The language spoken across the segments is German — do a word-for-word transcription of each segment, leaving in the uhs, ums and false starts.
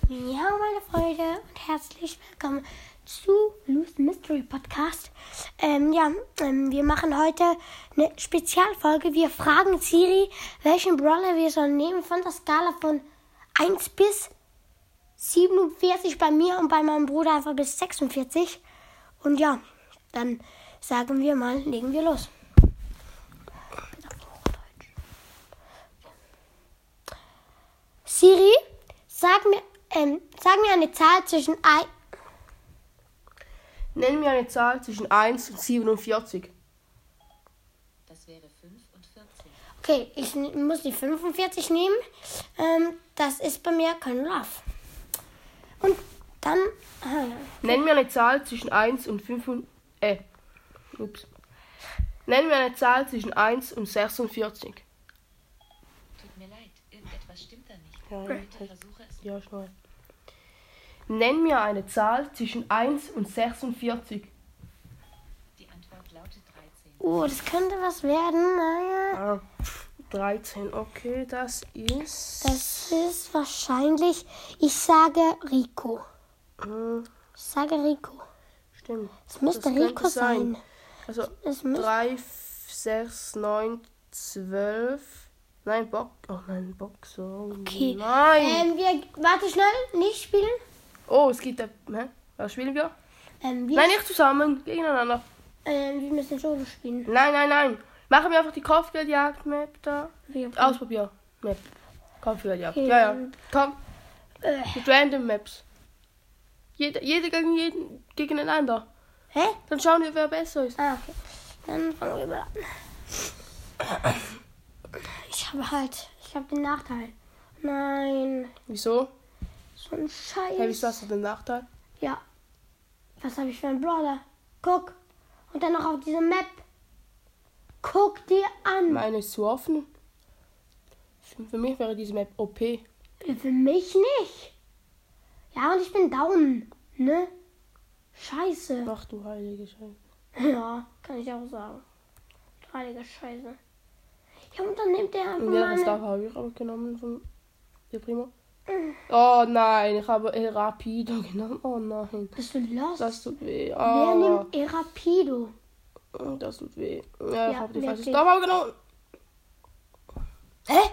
Ja, meine Freunde und herzlich willkommen zu Lou's Mystery Podcast. Ähm, ja, ähm, wir machen heute eine Spezialfolge. Wir fragen Siri, welchen Brawler wir sollen nehmen von der Skala von eins bis siebenundvierzig bei mir und bei meinem Bruder einfach bis sechsundvierzig. Und ja, dann sagen wir mal, legen wir los. Siri, sag mir, ähm, sag mir eine Zahl zwischen ein... Nenn mir eine Zahl zwischen eins und siebenundvierzig. Das wäre fünfundvierzig. Okay, ich n- muss die fünfundvierzig nehmen. Ähm, das ist bei mir kein Love. Und dann... Ah, ja. Nenn mir eine Zahl zwischen eins und fünf. Äh. Ups. Nenn mir eine Zahl zwischen eins und sechsundvierzig. Tut mir leid, irgendetwas stimmt da nicht. Ja, Bitte versuche es. ja, schnell. Nenn mir eine Zahl zwischen eins und sechsundvierzig. Die Antwort lautet dreizehn. Oh, das könnte was werden. Naja. Ah, dreizehn, okay, das ist... Das ist wahrscheinlich... Ich sage Rico. Hm, Ich sage Rico. stimmt. Es müsste Das könnte Rico sein. Also Es müsste... drei, sechs, neun, zwölf... Nein, Bock. Oh nein, Box. Oh, Okay. Nein. Ähm, wir... Warte schnell. Nicht spielen. Oh, es gibt... Hä? Was spielen wir? Ähm, wir... Nein, nicht zusammen. Gegeneinander. Ähm, wir müssen Solo spielen. Nein, nein, nein. Machen wir einfach die Kopfgeldjagd-Map da. Wir... Ausprobier. Map. Kopfgeldjagd. Okay. Ja, ja. Komm. Äh, Mit Random Maps. Jeder, jeder gegen jeden gegeneinander. hä? Dann schauen wir, wer besser ist. Ah, okay. Dann fangen wir mal an. Ich habe halt... Ich habe den Nachteil. Nein. Wieso? So ein Scheiß. Hey, wieso hast du den Nachteil? Ja. Was habe ich für einen Brawler? Guck. Und dann noch auf diese Map. Guck dir an. Meine ist zu offen. Für für mich wäre diese Map O P. Für mich nicht. Ja, und ich bin down. Ne? Scheiße. Ach du heilige Scheiße. Ja, kann ich auch sagen. Heilige Scheiße. Ja, und dann nimmt der einfach Und ja, das meine... habe ich aber genommen von der Primo. Oh nein, ich habe El Rapido genommen. Oh nein. Bist du lost? Das tut weh. Wer Ah, nimmt Erapido? das tut weh. Ja, ich Ja, habe die wer falsche kriegt- Stopp genommen. Hä?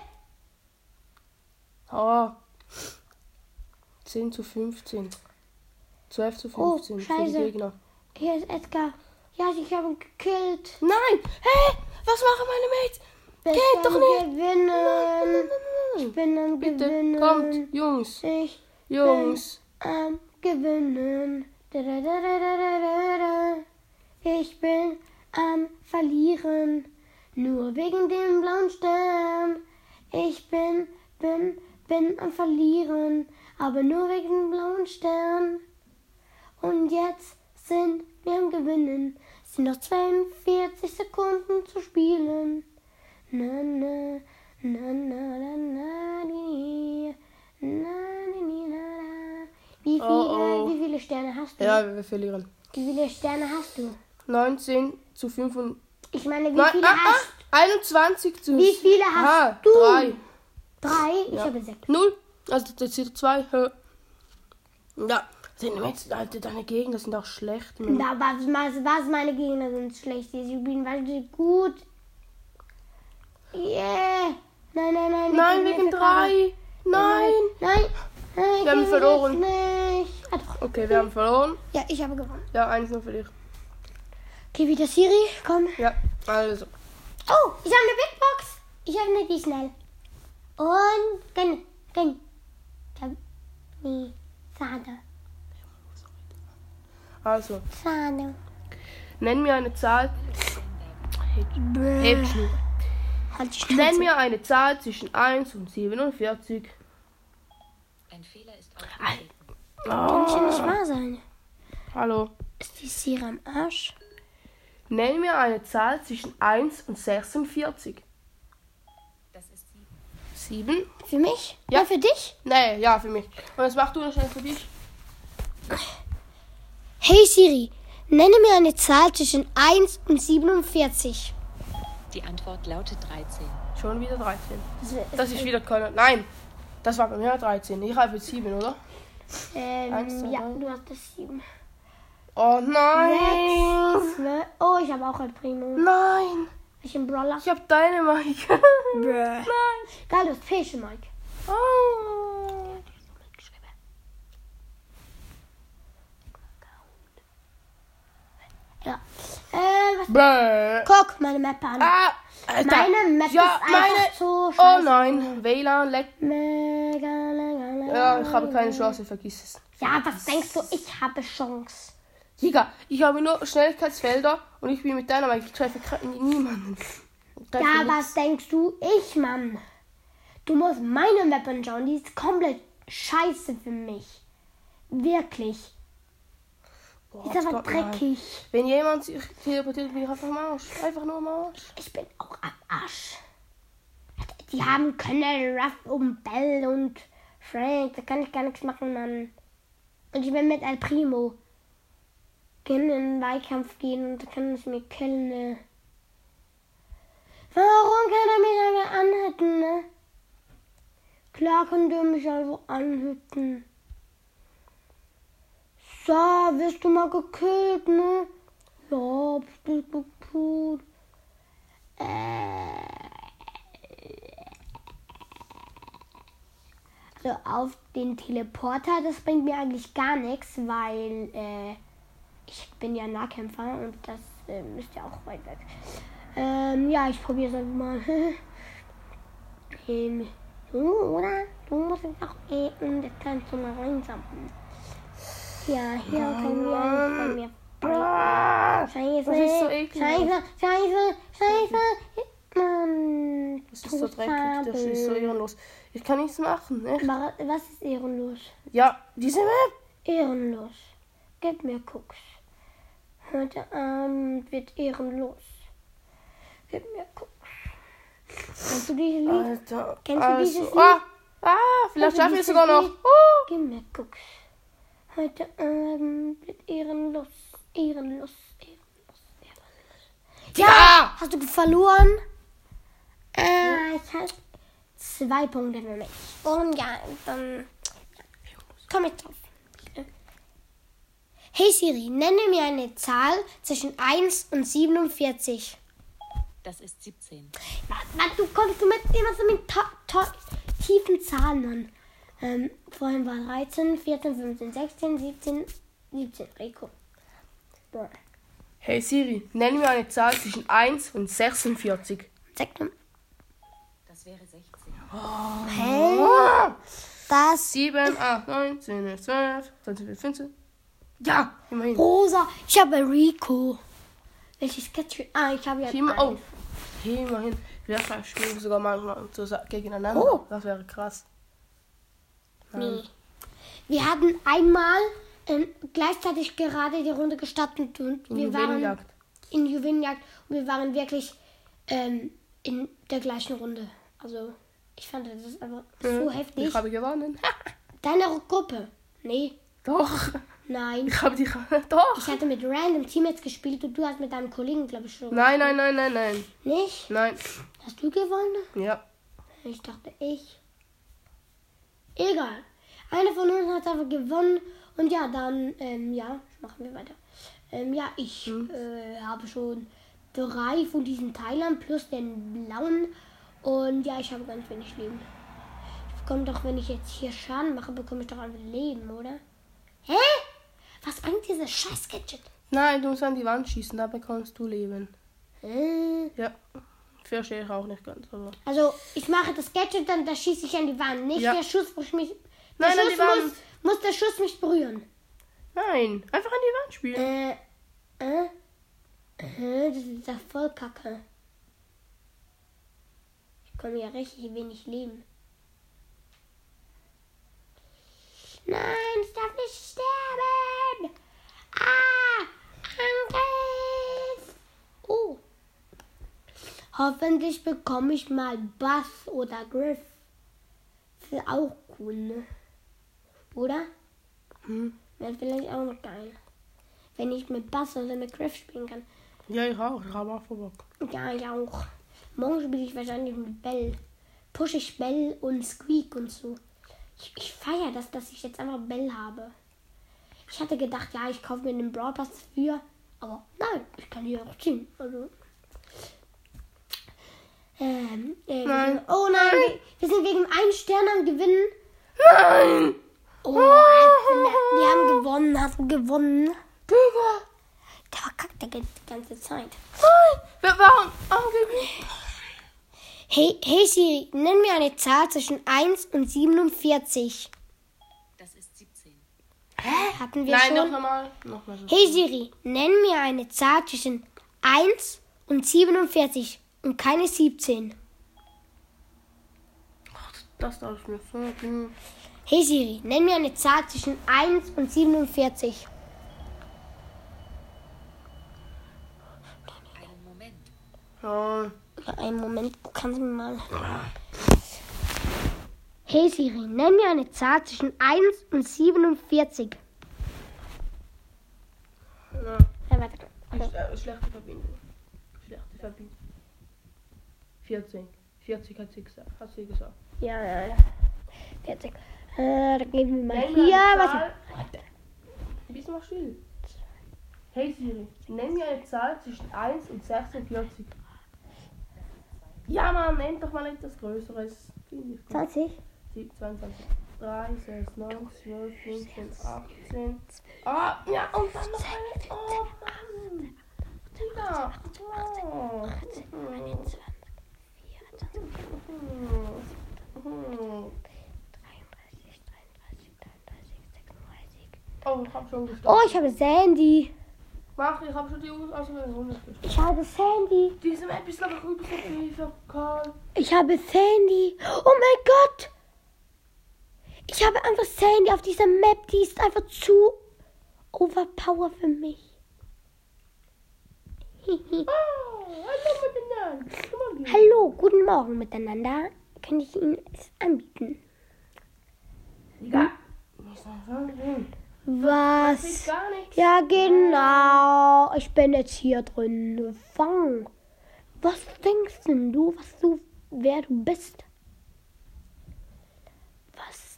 Ah. zehn zu fünfzehn. zwölf zu Oh, fünfzehn für die Scheiße. Gegner. Hier ist Edgar. Ja, ich habe ihn gekillt. Nein! Hä? Was machen meine Mates? Wir Geht doch können nicht! Gewinnen. Nein, nein, nein, Ich nein. bin am Bitte, Gewinnen. kommt, Jungs. Ich Jungs. am Gewinnen. Da, da, da, da, da, da, da. Ich bin am Verlieren. Nur wegen dem blauen Stern. Ich bin, bin, bin am Verlieren. Aber nur wegen dem blauen Stern. Und jetzt sind wir am Gewinnen. Es sind noch zweiundvierzig Sekunden zu spielen. Na, na, na, na, na, na, di, na, di, di, na, na. Wie viele, Oh, oh. wie viele Sterne hast du? Ja, wir verlieren. Wie viele Sterne hast du? neunzehn zu fünf und... Ich meine, wie Nein, viele ah, hast ah, einundzwanzig zu... Wie viele hast Aha, du? drei. Drei? Ich Ja. habe sechs. Null. Also das sind zwei. hä? Ja. Sind jetzt, Alter, deine Gegner sind auch schlecht. Mann. Da, was, was, was meine Gegner sind schlecht. Die spielen wirklich gut. Yeah. Nein, nein, nein. wir Nein, kriegen wegen F K. drei. Nein. Nein. Nein, Wir haben ich verloren. Nicht. Ah, doch. Okay, wir haben verloren. Ja, ich habe gewonnen. Ja, eins nur für dich. Okay, wieder Siri. Komm. Ja, also. Oh, ich habe eine Big Box. Ich öffne die schnell. Und gönn, gönn. Ich hab, nee, schade. Also, Schade. nenn mir eine Zahl. Bäh. Hebschnur. Halt die Schnauze. Nenn mir eine Zahl zwischen eins und siebenundvierzig. Ein Fehler ist aufgetreten. Kann ja nicht wahr sein. Hallo. Ist die Siri am Arsch? Nenn mir eine Zahl zwischen eins und sechsundvierzig. Das ist sieben. sieben? Für mich? Ja. Ja, für dich? Nee, ja, für mich. Und was machst du noch schnell für dich? Hey Siri, nenne mir eine Zahl zwischen eins und siebenundvierzig. Die Antwort lautet dreizehn. Schon wieder dreizehn. Das, Das ist wieder keiner. Nein. Das war bei mir dreizehn. Ich habe jetzt sieben, oder? Ähm, Eins, zwei, ja, drei. du hast das sieben. Oh nein! Sechs, zwölf. Oh, ich habe auch ein Primo. Nein! Welchen Brawler? Ich habe deine Mike. Bruh. Nein! Geil, du hast Fische, Mike. Oh. Ja. Äh, was? Bäh. Guck meine Map an. Ah, Alter. Meine Map Ja, ist einfach meine- so Oh scheiße. nein, W L A N leckt. Mega, mega, mega. Ja, ich habe keine Chance, vergiss es. Ja, was denkst du? Ich habe Chance. Digga, ich habe nur Schnelligkeitsfelder und ich bin mit deiner Mike. Ich treffe kra- niemanden. Ich treffe Ja, nichts. was denkst du? Ich, Mann. Du musst meine Map anschauen. Die ist komplett scheiße für mich. Wirklich. Boah, Die ist aber Gott, nein. dreckig. Wenn jemand sich teleportiert, bin ich einfach am Arsch. Einfach nur am Arsch. Ich bin auch am Arsch. Die haben Colonel Ruff und Bell und Frank. Da kann ich gar nichts machen, Mann. Und ich will mit El Primo in den Weihkampf gehen und da kann es mir killen, ne? Warum kann er mich aber anhütten, ne? Klar kann der mich also anhütten. So, wirst du mal gekillt, ne? Ja, bist du gekillt. Äh. Also auf den Teleporter, das bringt mir eigentlich gar nichts, weil äh, ich bin ja Nahkämpfer und das ähm, ist ja auch weit weg. Ähm, ja, ich probiere es einfach mal. ähm, so, oder? Du musst jetzt auch eh und das kannst du mal reinsammeln. Ja, hier können wir eigentlich bei mir. Ah, Scheiße, das ist so eklig. Scheiße, Scheiße, Scheiße. Mann, Das ist so dreckig, das ist so ehrenlos. Ich kann nichts machen, echt. Aber was ist ehrenlos? Ja, diese Map. Ehrenlos. Gib mir Koks. Heute Abend wird ehrenlos. Gib mir Koks. Kennst du dieses Lied? Alter. Kennst du also, dieses Lied? Ah, ah, vielleicht Kennst du schaffe ich es dieses sogar noch. Lied? Oh. Gib mir Koks. Heute Abend wird ehrenlos. Ehrenlos. Ehrenlos. Ehrenlos. Ja! Hast du verloren? Ah, ich habe zwei Punkte für mich. Und ja, dann komm ich drauf. Hey Siri, nenne mir eine Zahl zwischen eins und siebenundvierzig. Das ist siebzehn. Was, was, du kommst du mit immer so mit to, to, tiefen Zahlen an. Ähm, vorhin war dreizehn, vierzehn, fünfzehn, sechzehn, siebzehn, siebzehn. Rico. Boah. Hey Siri, nenn mir eine Zahl zwischen eins und sechsundvierzig. Sag mal. Das wäre sechzehn. Hä? Das sieben, acht, neun, zehn, elf, zwölf, dreizehn, fünfzehn. Ja, immerhin. rosa. Ich habe Rico. Welches Sketch? Ah, ich habe ja. Immer, oh, eins. immerhin. Wir spielen sogar mal zusammen gegeneinander. Oh. Das wäre krass. Nee. Wir hatten einmal ähm, gleichzeitig gerade die Runde gestartet und In wir waren Juwelenjagd. in Juwelenjagd und wir waren wirklich ähm, in der gleichen Runde. Also ich fand das einfach so heftig. Ich habe gewonnen. Deine Gruppe? Nee, Doch. nein. Ich habe die. Doch. Ich hatte mit random Teammates gespielt und du hast mit deinem Kollegen, glaube ich, schon. Nein, nein, nein, nein, nein. Nicht? Nein. Hast du gewonnen? Ja. Ich dachte, ich. Egal. Einer von uns hat aber gewonnen. Und ja, dann, ähm, ja, machen wir weiter. Ähm, ja, ich äh, habe schon drei von diesen Teilern plus den blauen. Und ja, ich habe ganz wenig Leben. Ich bekomme doch, wenn ich jetzt hier Schaden mache, bekomme ich doch einfach Leben, oder? Hä? Was bringt dieses scheiß Gadget? Nein, du musst an die Wand schießen, da bekommst du Leben. Äh, Ja. Verstehe ich auch nicht ganz, aber. Also, ich mache das Gadget, dann da schieße ich an die Wand. Nicht Ja. der Schuss muss mich. Der Nein, an Schuss die Wand. Muss, muss der Schuss mich berühren. Nein, einfach an die Wand spielen. Äh, äh, äh, das ist ja voll kacke. Ich bekomme ja richtig wenig Leben. Nein, ich darf nicht sterben. Ah, Angriff. Oh. Hoffentlich bekomme ich mal Bass oder Griff. Das ist auch cool, ne? Oder? Hm. Wäre vielleicht auch noch geil. Wenn ich mit Bass oder mit Griff spielen kann. Ja, ich auch. Ich habe auch Bock. Ja, ich auch. Morgen spiele ich wahrscheinlich mit Bell. Push ich Bell und Squeak und so. Ich, ich feiere das, dass ich jetzt einfach Bell habe. Ich hatte gedacht, ja, ich kaufe mir den Brawl Pass für. Aber nein, ich kann die auch ziehen. Also. Ähm, äh, wir Nein. Sind, oh nein, wir sind wegen einem Stern am Gewinnen. Nein! Oh, wir, wir haben gewonnen, hast du gewonnen. Digga! Der verkackt die ganze Zeit. Nein! Wer- Warum? Angeblich. Hey, hey Siri, nenn mir eine Zahl zwischen eins und siebenundvierzig. Das ist siebzehn. Hä? Hatten wir Nein, schon? noch nochmal. Nochmal. Hey Siri, nenn mir eine Zahl zwischen eins und siebenundvierzig und keine siebzehn. Das darf ich mir sagen. Hey Siri, nenn mir eine Zahl zwischen eins und siebenundvierzig. Einen Moment. Ja. Ja, einen Moment, kannst du mir mal... Hey Siri, nenn mir eine Zahl zwischen eins und siebenundvierzig. Ja. Ja, warte. Sch- äh, Schlechte Verbindung. Schlechte Verbindung. vierzehn. vierzig hat sie gesagt. Hat sie gesagt. Ja, ja, ja. vierzig. Äh, da geben wir mal Nenn mir hier. eine Was? Zahl. Bist du mal still? Hey Siri, nenn mir eine Zahl zwischen eins und sechsundvierzig. Ja Mann, nenn doch mal etwas Größeres. Finde ich gut. zwanzig. zweiundzwanzig, drei, sechs, neun, zwölf, fünfzehn, achtzehn. Ah, ja, und dann noch eine. Oh Mann. Digga. Oh. Hm. Oh, ich hab schon gestartet. Oh, ich habe Sandy. Mach, ich hab schon die Uhr aus dem hundert gestartet. Ich habe Sandy. Diese Map ist aber gut so viel für Karl. Ich habe Sandy. Oh mein Gott. Ich habe einfach Sandy auf dieser Map. Die ist einfach zu overpower für mich. Oh, hallo miteinander. Guck mal, Hallo, guten Morgen miteinander. Kann ich Ihnen es anbieten? Digga. Ich sag schon, hm. Was? Das ist gar nichts. Ja, genau. Ich bin jetzt hier drin gefangen. Was denkst denn du, was du, wer du bist? Was?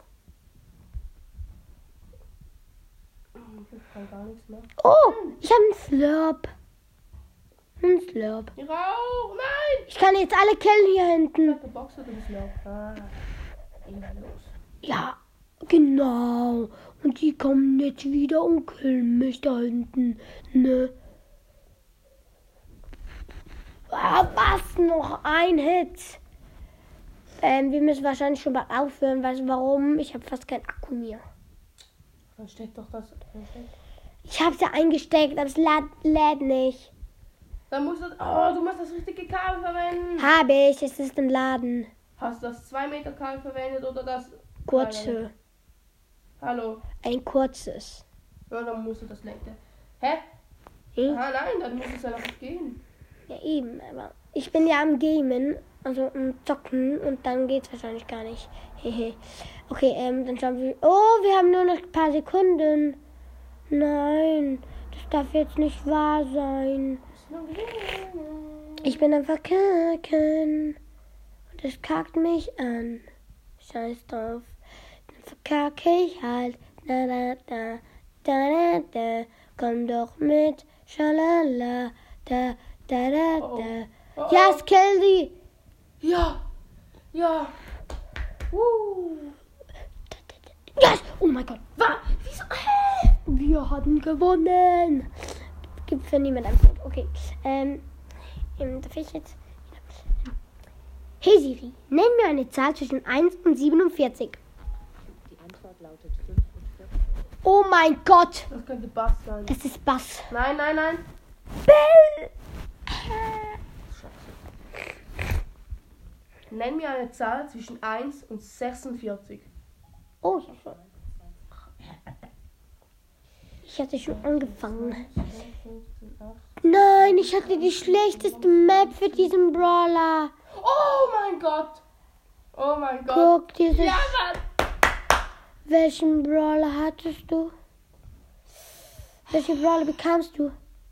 Ich kann gar nichts mehr. Oh, ich habe einen Slurp. Ein Slurp. Ich auch. Nein. Ich kann jetzt alle killen hier hinten. Der Box hat das Lauf. Ah. Los. Ja, genau. Und die kommen jetzt wieder und killen mich da hinten. Ne? Ah, was? Noch ein Hit. Ähm, wir müssen wahrscheinlich schon mal aufhören. Weißt du warum? Ich habe fast keinen Akku mehr. Dann steckt doch das. Dann steckt. Ich habe es ja eingesteckt, aber es lädt, lädt nicht. Dann musst du. Oh, du musst das richtige Kabel verwenden. Habe ich, es ist im Laden. Hast du das zwei Meter Kabel verwendet oder das. Kurze. Hallo. Ein kurzes. Ja, dann musst du das längste. Hä? Hm? Ah, nein, dann muss es ja noch gehen. Ja, eben, aber ich bin ja am Gamen, also am Zocken und dann geht's wahrscheinlich gar nicht. Hehe. Okay, ähm, dann schauen wir. Oh, wir haben nur noch ein paar Sekunden. Nein, das darf jetzt nicht wahr sein. Ich bin am Verkacken und es kackt mich an. Scheiß drauf. Dann verkacke ich halt. Da, da, da, da, da, da. Komm doch mit. Schalala. Da, da, da, Oh, da. oh, oh. Yes, kill sie. Ja. Ja. Uh. Yes. Oh mein Gott. Was? Wieso? Hä? Wir haben gewonnen. Gibt für niemand einen Punkt. Okay. Ähm, ähm, darf ich jetzt. Hey Siri, nenn mir eine Zahl zwischen eins und siebenundvierzig. Die Antwort lautet fünfundvierzig. Oh mein Gott. Das könnte Bass sein. Es ist Bass. Nein, nein, nein. Bell. Nenn mir eine Zahl zwischen eins und sechsundvierzig. Oh, ich hab schon. Ich hatte schon angefangen. Nein, ich hatte die schlechteste Map für diesen Brawler. Oh mein Gott. Oh mein Gott. Guck, diese. Ja, Mann. Welchen Brawler hattest du? Welchen Brawler bekamst du? Ah,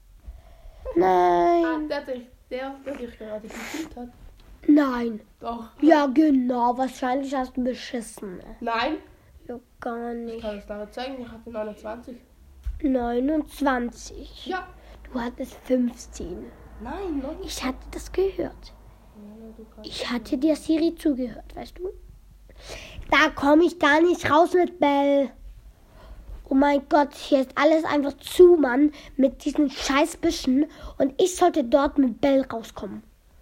Nein. der, der, der, der dich gerade gekillt hat. Nein. Doch. Ja, genau. Wahrscheinlich hast du beschissen. Nein. Ja, gar Ich nicht. kann es dir zeigen, ich hatte neunundzwanzig. neunundzwanzig. Ja. Du hattest fünfzehn. Nein, noch nicht. Ich hatte das gehört. Ja, du kannst- Ich hatte dir Siri zugehört, weißt du? Da komme ich gar nicht raus mit Bell. Oh mein Gott, hier ist alles einfach zu, Mann, mit diesen scheiß Büschen. Und ich sollte dort mit Bell rauskommen.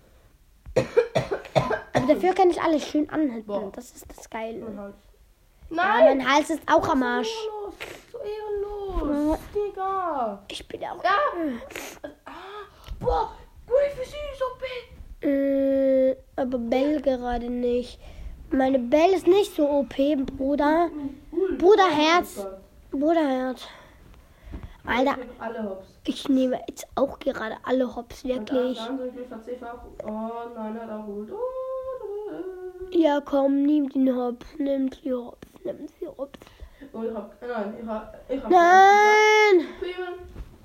Aber dafür kann ich alles schön anhalten. Boah. Das ist das Geile. Mein Hals. Ja, Nein! mein Hals ist auch am Arsch. So ehrenlos! So ehrenlos! Digga! Ich bin auch... Ja! Ah! Boah! Gute für süß, O P! Äh, aber Bell gerade nicht. Meine Bell ist nicht so O P, Bruder. Bruderherz. Bruderherz. Alter, Ich alle Hops. ich nehme jetzt auch gerade alle Hops, Und wirklich. der andere will tatsächlich auch. Oh nein, hat er geholt. Oh, Ja, komm, nimm den Hops, nimm die Hops, nimm die Hops. oh ich hab. Nein, ich hab. Ich hab. Nein! Prima.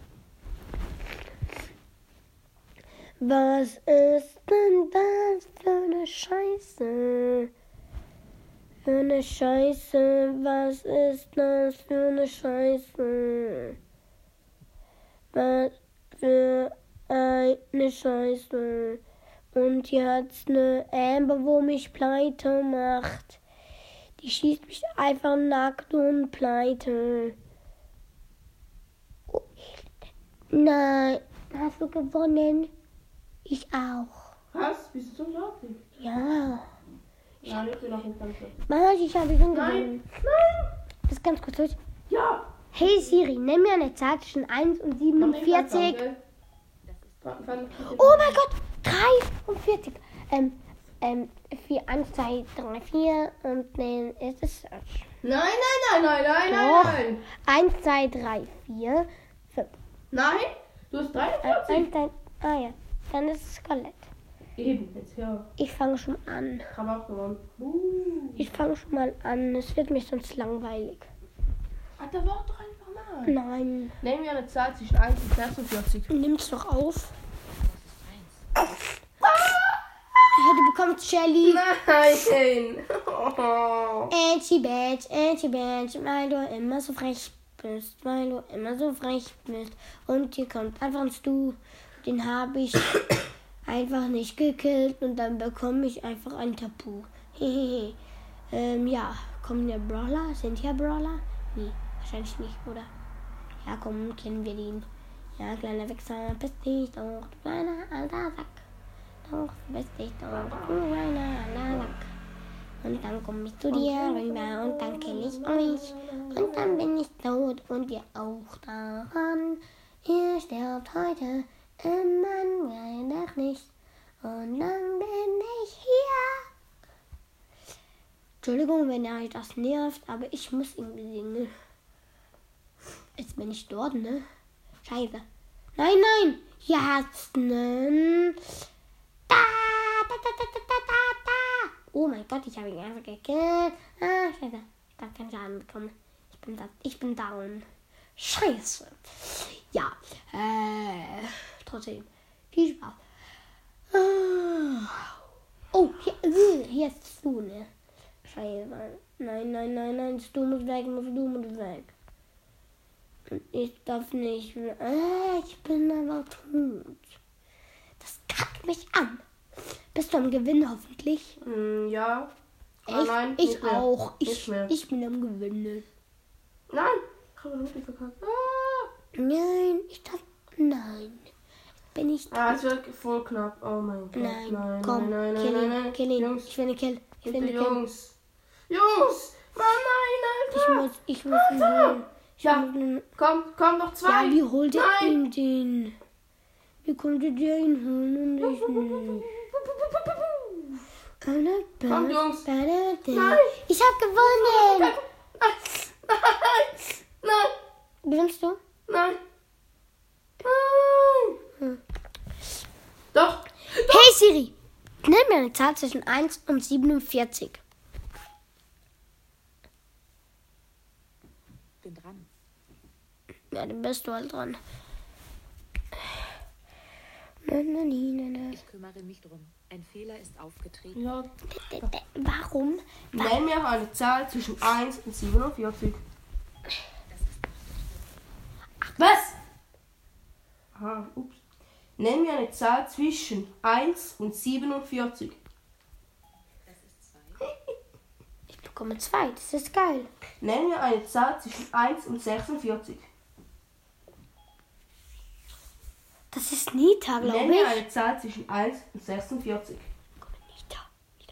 Was ist denn das für eine Scheiße? Für eine Scheiße, was ist das für eine Scheiße? Was für eine Scheiße? Und hier hat's eine Amber, wo mich pleite macht. Die schießt mich einfach nackt und pleite. Oh, nein, hast du gewonnen? Ich auch. Was? Bist du so fertig? Ja. Nein, ich bin noch nicht ganz fertig. Mann, ich habe schon Nein! gewonnen. Nein! Das ist ganz kurz durch. Ja! Hey Siri, nenn mir eine Zahl zwischen eins und siebenundvierzig. Oh mein Gott, dreiundvierzig. Ähm, ähm, vier, eins, zwei, drei, vier und dann ist es Nein, nein, nein, nein, nein, Doch. nein, nein! eins, zwei, drei, vier, fünf. Nein! Du hast dreiundvierzig! eins, zwei, ah ja, dann ist es Skelett. Eben, jetzt hör. Ich fange schon an. Ich habe auch gewonnen. Uh. Ich fange schon mal an. Es wird mich sonst langweilig. Ah, da war doch einfach mal. Nein. Nehmen wir eine Zahl zwischen eins und sechsundvierzig. Nimm's doch auf. Das ist eins. Ja, du bekommst Shelly. Nein! Oh. Anti Badge, Anti Badge, weil du immer so frech bist, weil du immer so frech bist. Und hier kommt einfach ein Stu, den habe ich einfach nicht gekillt und dann bekomme ich einfach ein Tapu. Hehehe. ähm, ja, kommen ja Brawler? Sind hier Brawler? Nee, wahrscheinlich nicht, oder? Ja, komm, kennen wir den. Ja, kleiner Wichser, bist dich doch, du kleiner alter Sack. Doch, bist dich doch, du kleiner alter Sack. Und dann komme ich zu dir rüber und dann kill ich euch. Und dann bin ich tot und ihr auch daran. Ihr sterbt heute in meinem Gedächtnis. Und dann bin ich hier. Entschuldigung, wenn ihr euch das nervt, aber ich muss irgendwie singen. Jetzt bin ich dort, ne? Scheiße. Nein, nein. Hier hat's nen. Da, da, da, da, da, da, da. Oh mein Gott, ich habe ihn einfach gekillt. Ah, scheiße. Ich habe keinen Schaden bekommen. Ich bin da, ich bin down. Scheiße. Ja, äh, trotzdem. Viel Spaß. Oh, hier, äh, hier ist du, ne? Scheiße. Nein, nein, nein, nein. Du musst weg, musst du musst weg. Ich darf nicht. Äh, ich bin aber tot. Das kackt mich an. Bist du am Gewinn hoffentlich? Mm, ja. Echt? Ah, nein, ich nicht mehr. auch. Nicht Ich, mehr. ich bin am Gewinnen. Nein! Ich habe wirklich verkackt. Ah. Nein, ich darf. Nein. Bin ich. ah, es wird voll knapp. Oh mein Gott. Nein, nein, komm, nein, nein, kill nein, ihn, nein, nein. kill ihn. Jungs, Ich will ihn killen. Ich will bitte, ihn killen. Jungs. Jungs! Mann, nein, Ich Alter! muss, ich muss ihn holen. Ich Ja. muss ihn, Komm, komm, noch zwei! ja, wie holt ihr Nein. ihn den? Wie konnte der ihn holen und ich nicht? Komm, Jungs. Nein. Nein. Ich hab gewonnen. Nein! Nein! Gewinnst du? Nein! Nein! Hm. Doch! Hey Siri, nenn mir eine Zahl zwischen eins und siebenundvierzig. Bin dran. Ja, dann bist du halt dran. Na, na, na, na. Ich kümmere mich drum. Ein Fehler ist aufgetreten. Ja. D- d- Warum? Nenn mir eine Zahl zwischen eins und siebenundvierzig. Was? Ah, ups. Nenn mir eine Zahl zwischen eins und siebenundvierzig. Das ist zwei. Ich bekomme zwei. Das ist geil. Nenn mir eine Zahl zwischen eins und sechsundvierzig. Das ist Nita, Nenn glaube mir ich. eine Zahl zwischen eins und sechsundvierzig. Nita.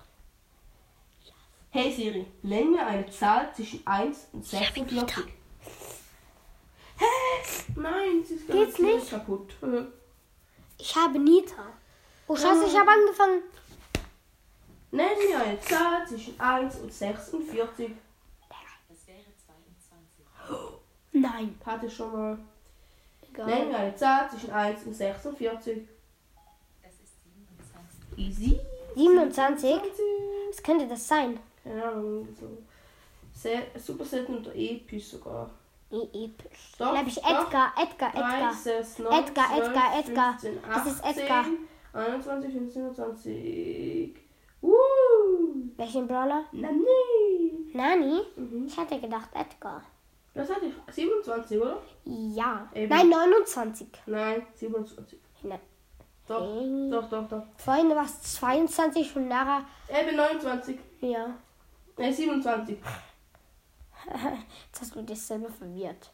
Hey Siri, nenn mir eine Zahl zwischen eins und sechsundvierzig. Hä? Nein, sie ist Geht's ganz nicht? kaputt. Äh. Ich habe Nita. Oh, scheiße, ich habe angefangen. Nenn mir eine Zahl zwischen eins und sechsundvierzig. Das wäre zweiundzwanzig. Nein. Hatte ich schon mal. Nenn Egal. mir eine Zahl zwischen eins und sechsundvierzig. Das ist siebenundzwanzig. Easy. siebenundzwanzig? Was könnte das sein? Keine Ahnung, so. Sehr, super selten und episch sogar. E- Episch. Doch, Glaube ich doch. Edgar, Edgar, drei, Edgar. sechs, neun, Edgar, zwölf, Edgar, Edgar. fünfzehn, Es ist achtzehn, Edgar. einundzwanzig, fünfzehn, siebenundzwanzig. Uh, Welchen Brawler? Nani. Nani? Mhm. Ich hatte gedacht Edgar. Was hatte ich? siebenundzwanzig, oder? Ja. Eben. Nein, neunundzwanzig. Nein, siebenundzwanzig. Nein. Doch, Hey. doch, doch, doch. Vorhin war es zweiundzwanzig und nachher. Eben neunundzwanzig. Ja. Nein, siebenundzwanzig. Jetzt hast du dich selber verwirrt.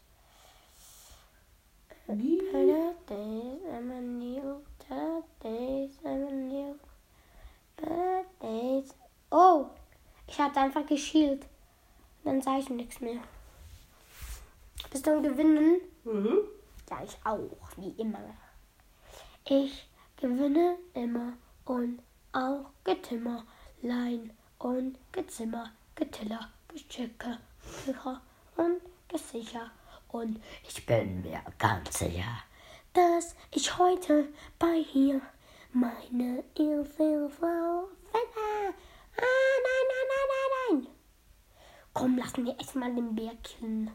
Wie? Birthdays, I'm a new birthdays, I'm a new birthdays. Oh, ich hatte einfach geschielt. Dann sah ich nichts mehr. Bist du am Gewinnen? Mhm. Ja, ich auch, wie immer. Ich gewinne immer und auch Getimmerlein und Gezimmer, Getiller, Geschicke, Kücher und Gesicher. Und ich bin mir ganz sicher, dass ich heute bei hier meine Ilse Frau finde. Ah, nein, nein, nein, nein, nein. Komm, lass mir erstmal den Bär killen.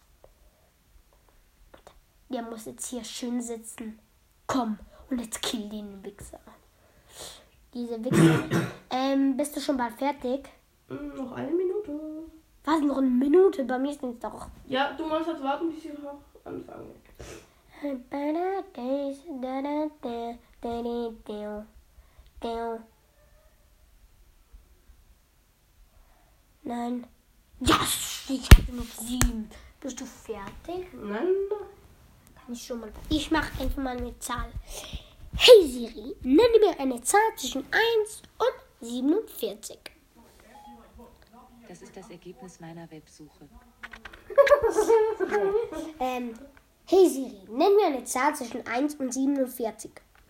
Der muss jetzt hier schön sitzen. Komm, und jetzt kill den Wichser. Diese Wichser. ähm, bist du schon bald fertig? Mm, Noch eine Minute. Was, noch eine Minute? Bei mir sind es doch. Ja, du musst halt warten, bis ich auch anfange. Nein. Yes, ich habe noch sieben. Bist du fertig? Nein. Kann ich schon mal. Ich mache einfach mal eine Zahl. Hey Siri, nenne mir eine Zahl zwischen eins und siebenundvierzig. Das ist das Ergebnis meiner Websuche. Ähm, hey Siri, nenn mir eine Zahl zwischen eins und siebenundvierzig.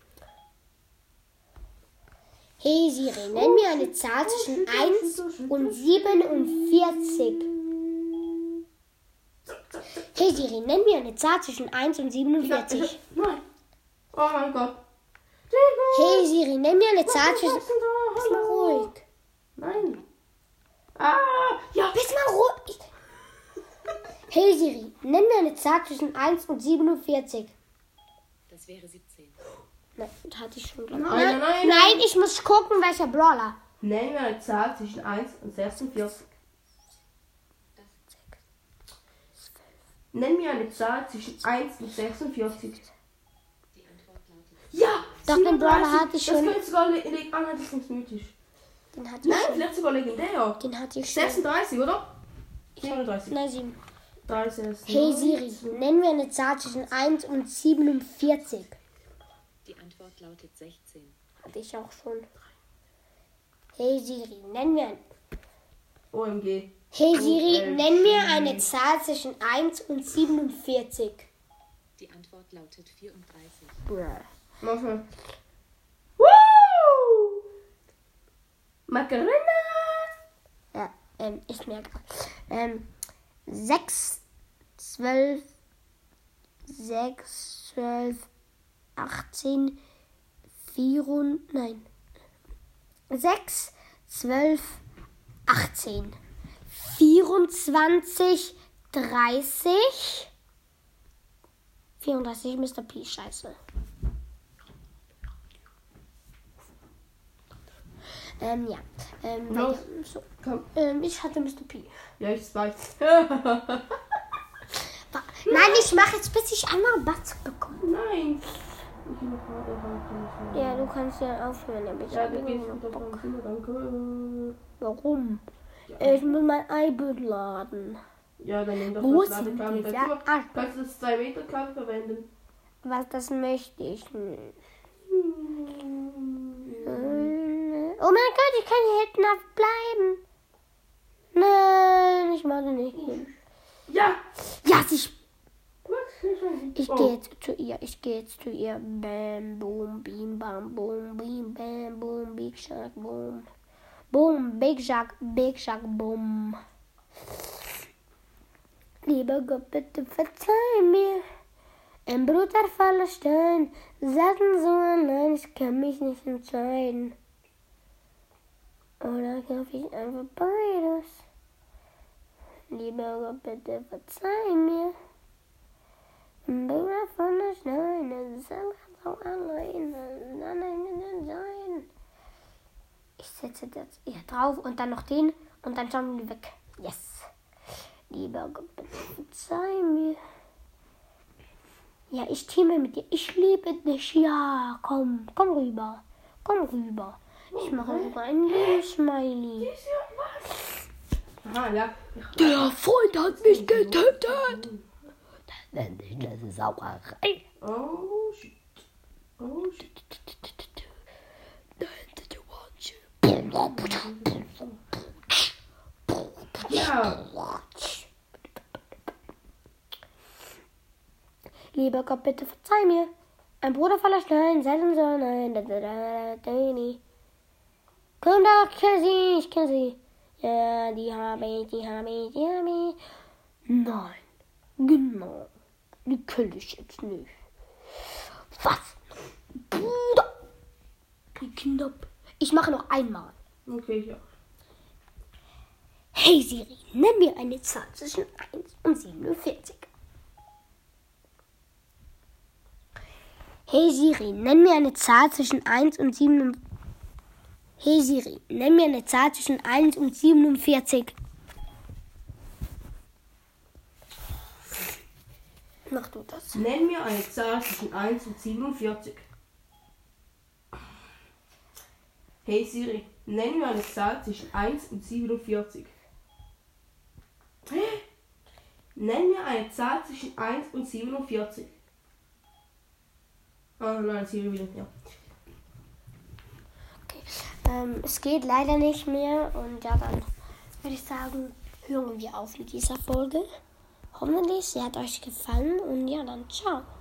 Hey Siri, nenn mir eine Zahl zwischen eins und siebenundvierzig. Hey Siri, nenn mir eine Zahl zwischen eins und siebenundvierzig. Nein. Oh mein Gott. Hey Siri, nenn mir eine Zahl zwischen... Bist mal ruhig. Nein. Ah, ja. Bist mal ruhig. Hey Siri, nenn mir eine Zahl zwischen eins und siebenundvierzig. Das wäre siebzehn. Nein, das hatte ich schon. Nein, nein, nein. Nein, ich muss gucken, welcher Brawler. Nenn mir eine Zahl zwischen eins und sechsundvierzig. Nenn mir eine Zahl zwischen eins und sechsundvierzig. Die Antwort lautet Ja! Doch, den siebenunddreißig. Brawler hatte ich schon. Das könnte sogar le- le- ah, nein, das ist mythisch. Den hatte ich Nein, schon. vielleicht sogar legendär. Den hatte ich schon. sechsunddreißig, oder? siebenunddreißig. Nein, sieben. dreißig. Hey Siri, nenn mir eine Zahl zwischen eins und siebenundvierzig. Die Antwort lautet sechzehn. Hatte ich auch schon. Hey Siri, nenn mir ein... O M G. Hey Siri, O M G. nenn mir eine Zahl zwischen eins und siebenundvierzig. Die Antwort lautet vierunddreißig. Bruh. Mach mal. Woo! Macarena! Ja, ähm, ich merke. Ähm, sechs, zwölf, sechs, zwölf, achtzehn, vier und, nein. sechs, zwölf, achtzehn, vierundzwanzig, dreißig, vierunddreißig, Mister P, scheiße. Ähm, ja. Ähm, Los. ja, so. Komm. Ähm, ich hatte Mister P. Ja, ich weiß. Nein, ich mache jetzt, bis ich einmal Batz bekomme. Nein. Ich mach gerade halt. Ja, du kannst ja aufhören, aber ich Ja, habe du gehst immer noch wieder Bock. vom Zimmer, danke. Warum? Ja. Ich muss mein iPad laden. Ja, dann nimm doch Wo das sind Ladekabel die dazu. Sachen? Kannst du das zwei Meter Kabel verwenden? Was, das möchte ich nicht. Hm. Oh mein Gott, ich kann hier hinten bleiben. Nein, ich mache nicht hin. Ja! Ja, ich, Was? ich Oh. gehe jetzt zu ihr. Ich gehe jetzt zu ihr. Bam, boom, bim, bam, boom, bim, bam, boom, big shark, boom. Boom, big shark, big shark, boom. Lieber Gott, bitte verzeih mir. Ein Bruder voller Stein, sagten so allein, ich kann mich nicht entscheiden. Oder kauf ich einfach beides? Lieber Gott, bitte verzeih mir. Ein Bruder voller Stein, es ist einfach so allein, nein, nein, nein, nein. Ich setze das hier drauf und dann noch den und dann schauen wir weg. Yes. Lieber Gott, bitte verzeih mir. Ja, ich teame mit dir. Ich liebe dich. Ja, komm. Komm rüber. Komm rüber. Ich mache sogar ein Liebesmiley. Aha, ja. Der Freund hat mich getötet. Das ist Sauerei. Oh, shit. Oh, shit. Ja. Lieber Gott, bitte verzeih mir. Ein Bruder voller Stein, selten so nein. Komm doch, ich kenne sie, ich kenne sie. Ja, die habe ich, die habe ich, die habe ich. Nein, genau. Die kenne ich jetzt nicht. Was? Bruder. Wie knapp. Ich mache noch einmal. Okay, ja. Hey Siri, nenn mir eine Zahl zwischen eins und siebenundvierzig. Hey Siri, nenn mir eine Zahl zwischen eins und sieben. Hey Siri, nenn mir eine Zahl zwischen eins und siebenundvierzig. Mach du das. Nenn mir eine Zahl zwischen eins und siebenundvierzig. Hey Siri, nenn mir eine Zahl zwischen eins und siebenundvierzig. Hä? Nenn mir eine Zahl zwischen eins und siebenundvierzig. Oh nein, Siri will nicht mehr. Okay. Ähm, es geht leider nicht mehr und ja, dann würde ich sagen, hören wir auf mit dieser Folge. Hoffentlich, sie hat euch gefallen und ja, dann ciao.